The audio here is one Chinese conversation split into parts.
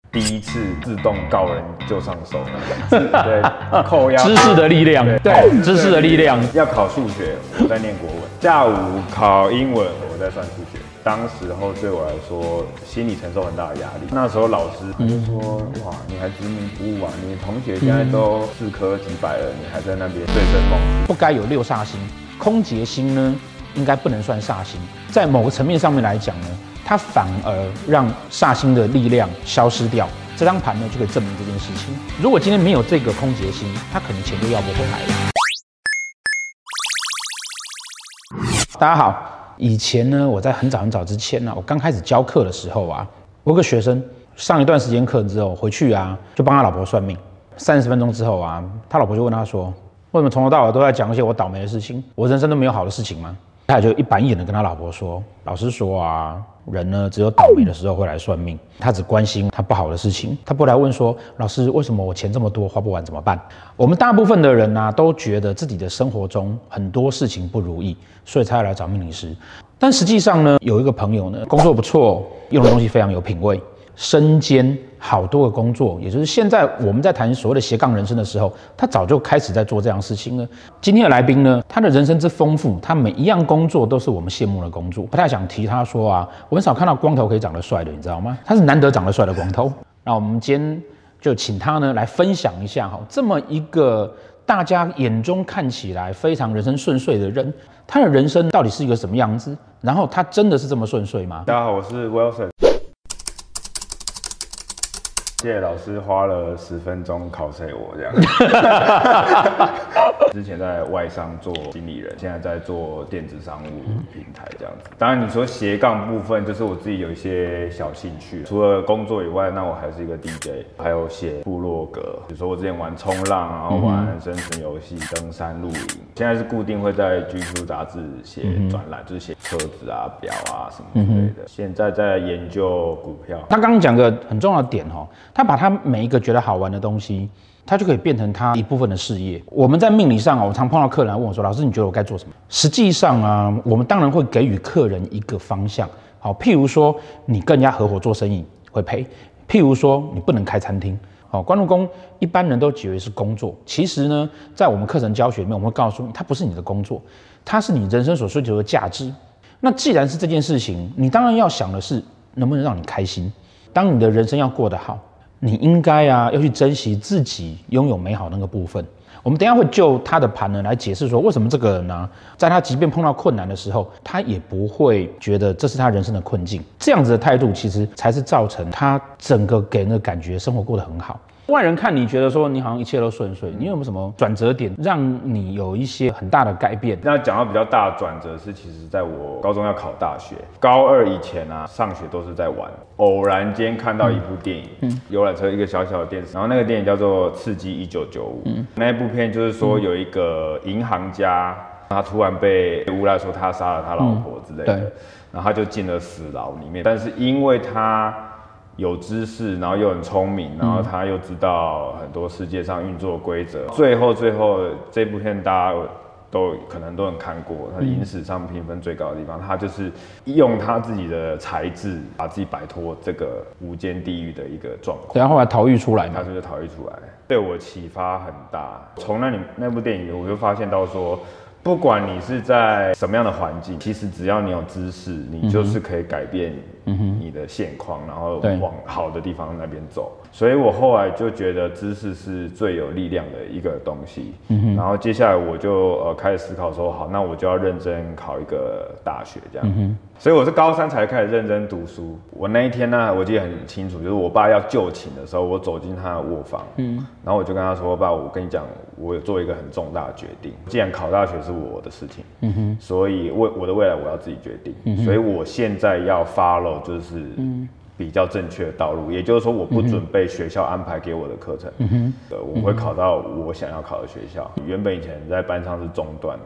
第一次自动告人就上手，对，扣押知识的力量，对，知识的力量。 要考数学，我在念国文；下午考英文，我在算数学。当时候对我来说，心理承受很大的压力。那时候老师他就说：“哇，你还执迷不悟啊！你同学现在都4科几百了，你还在那边醉生梦死。” 不该有6煞星，空劫星呢，应该不能算煞星。在某个层面上面来讲呢，它反而让煞星的力量消失掉。这张盘呢就可以证明这件事情。如果今天没有这个空劫星，他可能钱就要不回来了。大家好。以前呢，我在很早之前呢，我刚开始教课的时候啊，我有个学生上一段时间课之后回去啊，就帮他老婆算命。30分钟之后啊，他老婆就问他说：“为什么从头到尾都在讲一些我倒霉的事情？我人生都没有好的事情吗？”他也就一板一眼的跟他老婆说：“老实说啊，人呢只有倒霉的时候会来算命，他只关心他不好的事情，他不来问说老师为什么我钱这么多花不完怎么办？”我们大部分的人啊，都觉得自己的生活中很多事情不如意，所以才要来找命理师。但实际上呢，有一个朋友呢，工作不错，用的东西非常有品味，身兼好多个工作，也就是现在我们在谈所谓的斜杠人生的时候，他早就开始在做这样的事情了。今天的来宾呢，他的人生之丰富，他每一样工作都是我们羡慕的工作。不太想提他说啊，我很少看到光头可以长得帅的，你知道吗？他是难得长得帅的光头。那我们今天就请他呢来分享一下哈，这么一个大家眼中看起来非常人生顺遂的人，他的人生到底是一个什么样子？然后他真的是这么顺遂吗？ 大家好，我是 Wilson。谢谢老师花了10分钟考试我这样。之前在外商做经理人，现在在做电子商务平台这样子。当然你说斜杠部分，就是我自己有一些小兴趣，除了工作以外，那我还是一个 DJ， 还有写部落格。比如说我之前玩冲浪，然后玩生存游戏、登山露营。现在是固定会在 GQ 杂志写专栏，就是写车子啊、表啊什么之类的。现在在研究股票。 他刚刚讲个很重要的点哦。他把他每一个觉得好玩的东西，他就可以变成他一部分的事业。我们在命理上啊，我常碰到客人来问我说：“老师，你觉得我该做什么？”实际上啊，我们当然会给予客人一个方向。好，譬如说你跟人家合伙做生意会赔，譬如说你不能开餐厅。好，官禄宫一般人都以为是工作，其实呢，在我们课程教学里面，我们会告诉你，它不是你的工作，它是你人生所追求的价值。那既然是这件事情，你当然要想的是能不能让你开心。当你的人生要过得好，你应该啊要去珍惜自己拥有美好那个部分。我们等一下会就他的盘呢来解释说，为什么这个人呢，在他即便碰到困难的时候，他也不会觉得这是他人生的困境。这样子的态度，其实才是造成他整个给人的感觉生活过得很好。外人看你觉得说你好像一切都顺遂，你有没有什么转折点让你有一些很大的改变？ 那讲到比较大的转折是，其实在我高中要考大学，高2以前啊，上学都是在玩。偶然间看到一部电影，游览车一个小小的电视，然后那个电影叫做《刺激1995》。那一部片就是说有一个银行家，他突然被诬赖说他杀了他老婆之类的，然后他就进了死牢里面。但是因为他有知识，然后又很聪明，然后他又知道很多世界上运作规则。最后这部片大家可能都很看过，他影史上评分最高的地方，他就是用他自己的才智，把自己摆脱这个无间地狱的一个状况。 然后后来逃狱出来， 他就是逃狱出来，对我启发很大。从那部电影，我就发现到说，不管你是在什么样的环境，其实只要你有知识，你就是可以改变你的现况，然后往好的地方那边走。所以我后来就觉得知识是最有力量的一个东西。然后接下来我就开始思考说，好，那我就要认真考一个大学这样。所以我是高3才开始认真读书。我那一天呢，我记得很清楚，就是我爸要就寝的时候，我走进他的卧房，然后我就跟他说：“爸，我跟你讲，我有做一个很重大的决定。既然考大学是我的事情，所以我的未来我要自己决定。所以我现在要 follow 就是比较正确的道路，也就是说，我不准备学校安排给我的课程，我会考到我想要考的学校。原本以前在班上是中段。”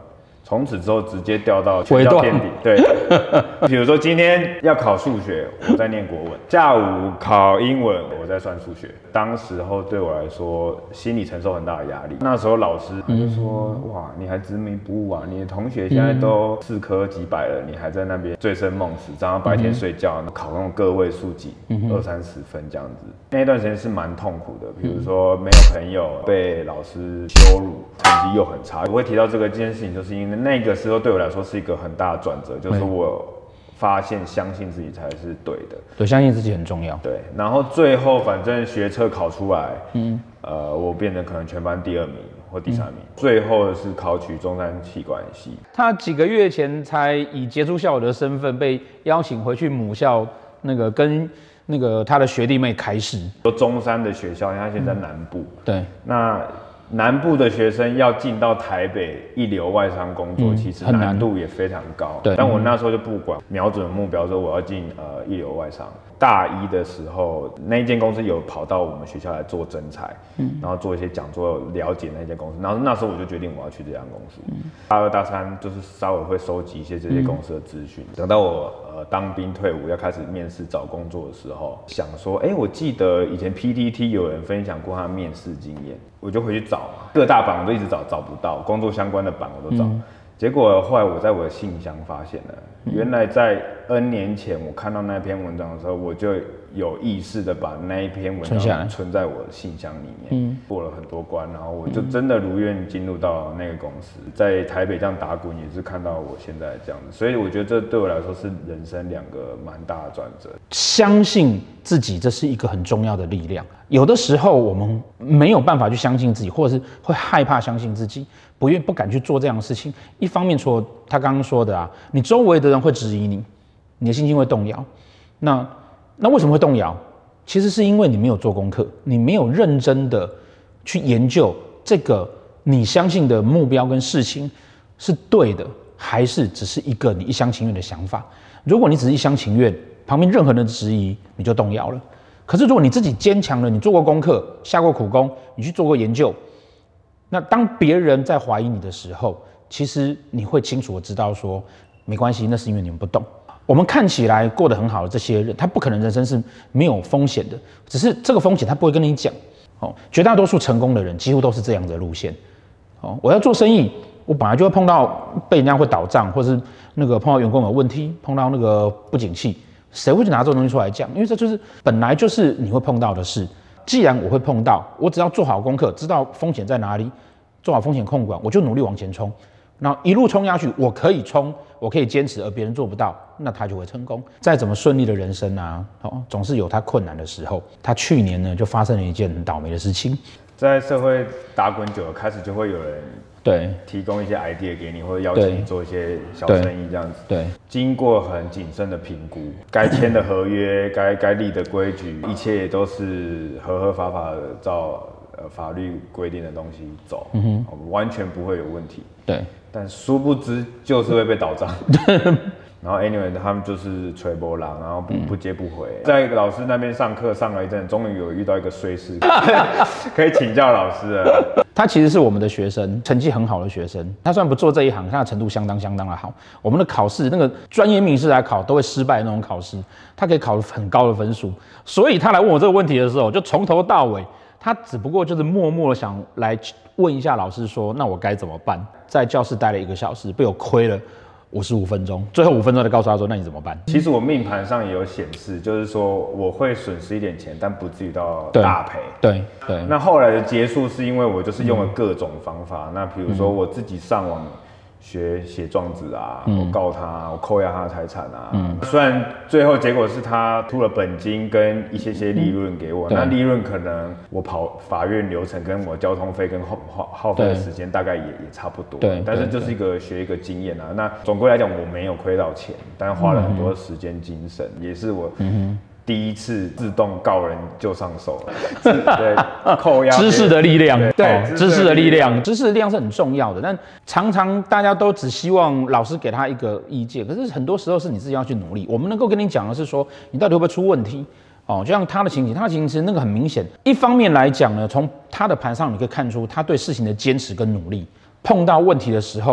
从此之后直接掉到全校垫底。对，比如说今天要考数学，我在念国文；下午考英文，我在算数学。当时候对我来说，心理承受很大的压力。那时候老师他就说：“哇，你还执迷不悟啊！你的同学现在都4科几百了，你还在那边醉生梦死，早上白天睡觉，考那种个位数几，20、30分这样子。”那一段时间是蛮痛苦的，比如说没有朋友，被老师羞辱，成绩又很差。我会提到这件事情，就是因为那个时候对我来说是一个很大的转折，就是我发现相信自己才是对的。 对，相信自己很重要。 对，然后最后反正学测考出来，我变成可能全班第2名或第3名，最后是考取中山企管系。 他几个月前才以杰出校友的身份被邀请回去母校，跟他的学弟妹开示。 中山的学校，因为他现在南部， 对， 那南部的学生要进到台北一流外商工作，其实难度也非常高。 对， 但我那时候就不管，瞄准目标说我要进一流外商。大一的时候，那一间公司有跑到我们学校来做征才，然后做一些讲座，了解那间公司。然后那时候我就决定我要去这家公司。大2、大3就是稍微会收集一些这些公司的资讯。等到我当兵退伍要开始面试找工作的时候，想说，我记得以前 PTT 有人分享过他的面试经验，我就回去找嘛，各大榜我都一直找不到，工作相关的榜我都找。结果后来我在我的信箱发现了，原来在 N 年前我看到那篇文章的时候，我就有意识的把那一篇文章存在我的信箱里面，过了很多关，然后我就真的如愿进入到那个公司，在台北这样打滚，也是看到我现在这样子，所以我觉得这对我来说是人生2个蛮大的转折。 相信自己，这是一个很重要的力量。有的时候我们没有办法去相信自己，或者是会害怕相信自己，不敢去做这样的事情。一方面，除了他刚刚说的啊，你周围的人会质疑你，你的信心会动摇。那为什么会动摇？其实是因为你没有做功课，你没有认真的去研究这个你相信的目标跟事情是对的，还是只是一个你一厢情愿的想法。如果你只是一厢情愿，旁边任何人的质疑你就动摇了。可是如果你自己坚强了，你做过功课，下过苦功，你去做过研究，那当别人在怀疑你的时候，其实你会清楚的知道说，没关系，那是因为你们不懂。我们看起来过得很好的这些人，他不可能人生是没有风险的，只是这个风险他不会跟你讲。绝大多数成功的人几乎都是这样的路线。我要做生意，我本来就会碰到被人家会倒账，或是碰到员工有问题，碰到不景气，谁会去拿这种东西出来讲？因为这就是本来就是你会碰到的事。既然我会碰到，我只要做好功课，知道风险在哪里，做好风险控管，我就努力往前冲。然后一路冲下去，我可以冲，我可以坚持，而别人做不到，那他就会成功。再怎么顺利的人生啊，总是有他困难的时候。他去年呢，就发生了一件很倒霉的事情。 在社会打滚久了，开始就会有人对提供一些 idea 给你，或者邀请你做一些小生意这样子。 对， 经过很谨慎的评估，该签的合约、该立的规矩，一切也都是合法的照法律规定的东西走，完全不会有问题。 对。 但殊不知就是会被倒账，然后 anyway 他们就是吹波浪，然后不接不回。在老师那边上课上了一阵，终于有遇到一个衰事，可以请教老师了。 他其实是我们的学生，成绩很好的学生。他虽然不做这一行，他的程度相当的好。我们的考试专业名师来考都会失败的那种考试，他可以考很高的分数。所以他来问我这个问题的时候，就从头到尾，他只不过就是默默的想来问一下老师说，那我该怎么办？在教室待了1个小时，被我亏了55分钟，最后5分钟才告诉他说，那你怎么办？ 其实我命盘上也有显示，就是说我会损失一点钱，但不至于到大赔。 对。 那后来的结束是因为我就是用了各种方法，那比如说我自己上网学写状子啊，我告他，我扣押他的财产啊。虽然最后结果是他吐了本金跟一些利润给我，那利润可能我跑法院流程跟我交通费跟耗费的时间大概也差不多。对，但是就是学一个经验啊。那总归来讲，我没有亏到钱，但花了很多时间精神，也是我第一次自动告人就上手了。对，扣押知识的力量， 对， 知识的力量，知识的力量是很重要的。但常常大家都只希望老师给他一个意见，可是很多时候是你自己要去努力。我们能够跟你讲的是说，你到底会不会出问题？就像他的情形，其实很明显。一方面来讲呢，从他的盘上你可以看出他对事情的坚持跟努力。碰到问题的时候，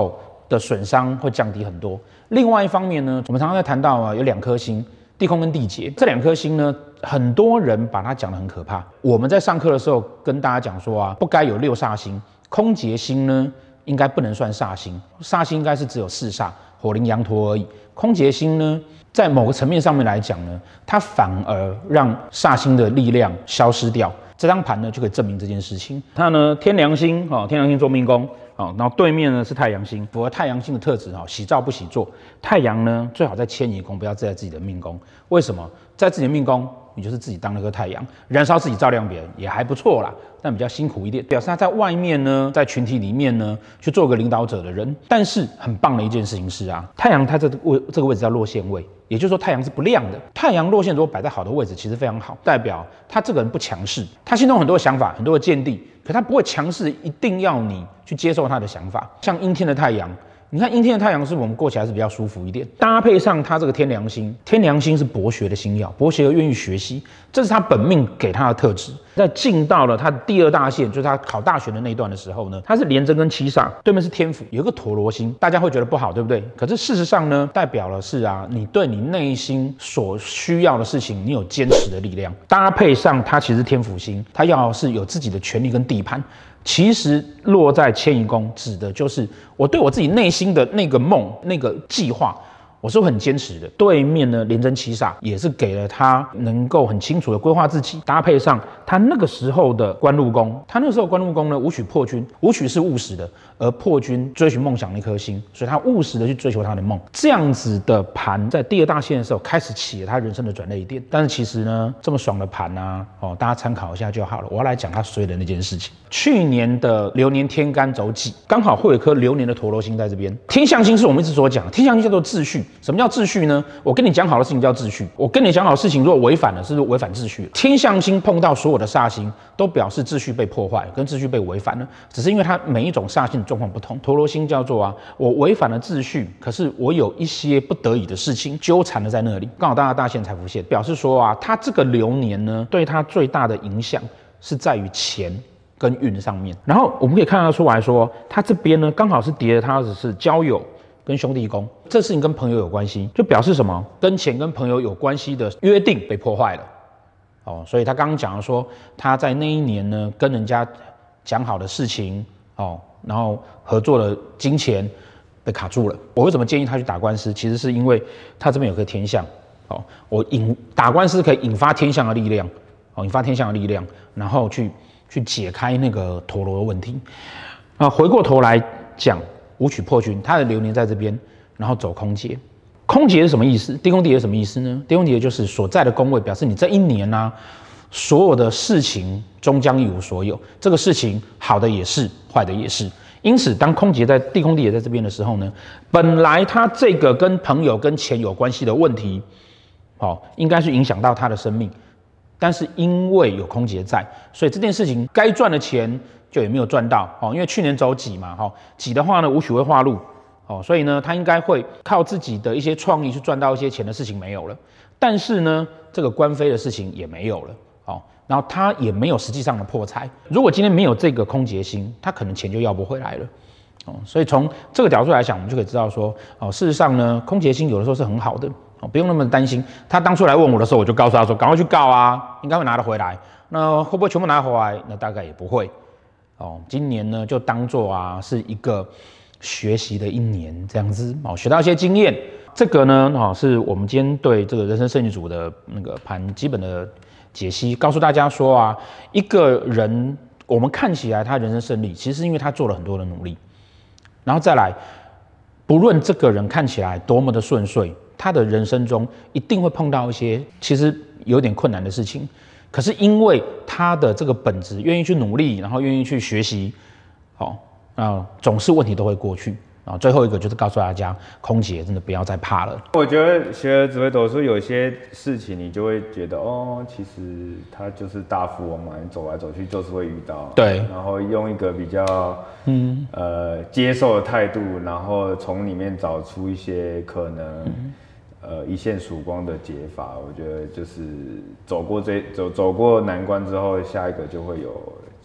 的损伤会降低很多。另外一方面呢，我们常常在谈到啊，有2颗星，地空跟地劫，这2颗星呢，很多人把它讲得很可怕。我们在上课的时候跟大家讲说啊，不该有6煞星，空劫星呢应该不能算煞星，煞星应该是只有4煞，火灵羊驼而已。空劫星呢，在某个层面上面来讲呢，它反而让煞星的力量消失掉。这张盘呢就可以证明这件事情。它呢天梁星天梁星做命宫然后对面呢是太阳星，符合太阳星的特质喜照不喜坐。太阳呢最好在迁移宫，不要在自己的命宫。为什么？在自己的命宫，你就是自己当那颗太阳，燃烧自己照亮别人也还不错啦，但比较辛苦一点。表示他在外面呢，在群体里面呢去做个领导者的人。但是很棒的一件事情是啊，太阳它这个位置叫落线位。也就是说，太阳是不亮的。太阳落线如果摆在好的位置，其实非常好，代表他这个人不强势。他心中很多的想法，很多的见地，可他不会强势，一定要你去接受他的想法。像阴天的太阳，你看阴天的太阳是我们过起来是比较舒服一点，搭配上他这个天梁星，天梁星是博学的星曜，博学而愿意学习，这是他本命给他的特质。在进到了他的第2大线，就是他考大学的那一段的时候呢，他是廉贞跟七煞，对面是天府，有一个陀罗星，大家会觉得不好，对不对？可是事实上呢，代表的是啊，你对你内心所需要的事情，你有坚持的力量，搭配上他其实天府星，他要是有自己的权利跟地盘。其实落在迁移宫，指的就是我对我自己内心的那个梦、那个计划，我是很坚持的。对面呢，廉贞七煞也是给了他能够很清楚的规划自己，搭配上他那个时候的官禄宫，他那个时候官禄宫呢，武曲破军，武曲是务实的，而破军追寻梦想的一颗星，所以他务实的去追求他的梦。这样子的盘在第2大线的时候开始起了他人生的转捩点。但是其实呢，这么爽的盘啊，大家参考一下就好了。我要来讲他衰的那件事情。去年的流年天干走己，刚好会有一颗流年的陀罗星在这边。天象星是我们一直所讲的，天象星叫做秩序。什么叫秩序呢？我跟你讲好的事情叫秩序，我跟你讲好的事情如果违反了，是不是违反秩序？天象星碰到所有的煞星，都表示秩序被破坏，跟秩序被违反了，只是因为它每一种煞星的状况不同。陀罗星叫做我违反了秩序，可是我有一些不得已的事情纠缠了在那里，刚好大限财福线，表示说他这个流年呢，对他最大的影响是在于钱跟运上面。然后我们可以看得出来说，他这边呢刚好是叠的，他只是交友跟兄弟宫，这事情跟朋友有关系，就表示什么？跟钱跟朋友有关系的约定被破坏了。所以他刚刚讲了说，他在那一年呢，跟人家讲好的事情然后合作的金钱被卡住了。我为什么建议他去打官司？其实是因为他这边有颗天象，打官司可以引发天象的力量，引发天象的力量，然后去解开那个陀罗的问题。回过头来讲，武曲破军，他的流年在这边，然后走空劫。空劫是什么意思？地空劫是什么意思呢？地空劫就是所在的宫位，表示你这一年所有的事情终将一无所有。这个事情好的也是，坏的也是。因此，当空劫在地空地劫在这边的时候呢，本来他这个跟朋友跟钱有关系的问题，应该是影响到他的生命，但是因为有空劫在，所以这件事情该赚的钱就也没有赚到。因为去年走己嘛，己的话呢，武曲会化禄。所以呢，他应该会靠自己的一些创意去赚到一些钱的事情没有了，但是呢，这个官非的事情也没有了，然后他也没有实际上的破财。如果今天没有这个空劫星，他可能钱就要不回来了，所以从这个角度来讲，我们就可以知道说，事实上呢，空劫星有的时候是很好的，不用那么担心。他当初来问我的时候，我就告诉他说，赶快去告啊，应该会拿得回来。那会不会全部拿回来？那大概也不会。今年呢，就当作是一个学习的一年这样子，学到一些经验。这个呢，是我们今天对这个人生胜利组的那个盘基本的解析，告诉大家说一个人我们看起来他人生胜利，其实是因为他做了很多的努力。然后再来，不论这个人看起来多么的顺遂，他的人生中一定会碰到一些其实有点困难的事情。可是因为他的这个本质，愿意去努力，然后愿意去学习，总是问题都会过去。最后一个就是告诉大家，空姐真的不要再怕了。 我觉得学了紫微斗数，有些事情你就会觉得其实他就是大富翁嘛，你走来走去就是会遇到。 对。 然后用一个比较接受的态度，然后从里面找出一些可能一线曙光的解法。我觉得就是走过难关之后，下一个就会有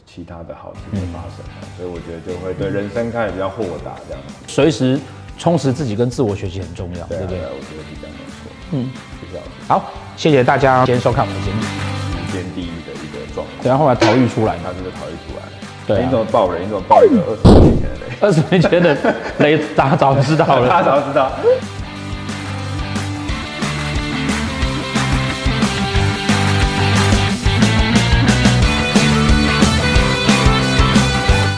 其他的好事会发生所以我觉得就会对人生看得比较豁达这样子。 随时充实自己跟自我学习很重要，对不对？ 我觉得是这样没错。谢谢老师。 好，谢谢大家今天收看我们的节目。 人间地狱的一个状况。 对啊，后来逃狱出来， 他真的逃逸出来。 对、 你怎么爆雷？你怎么爆一个20年前的雷？ 20年前的雷，大家早知道了。 大家早知道。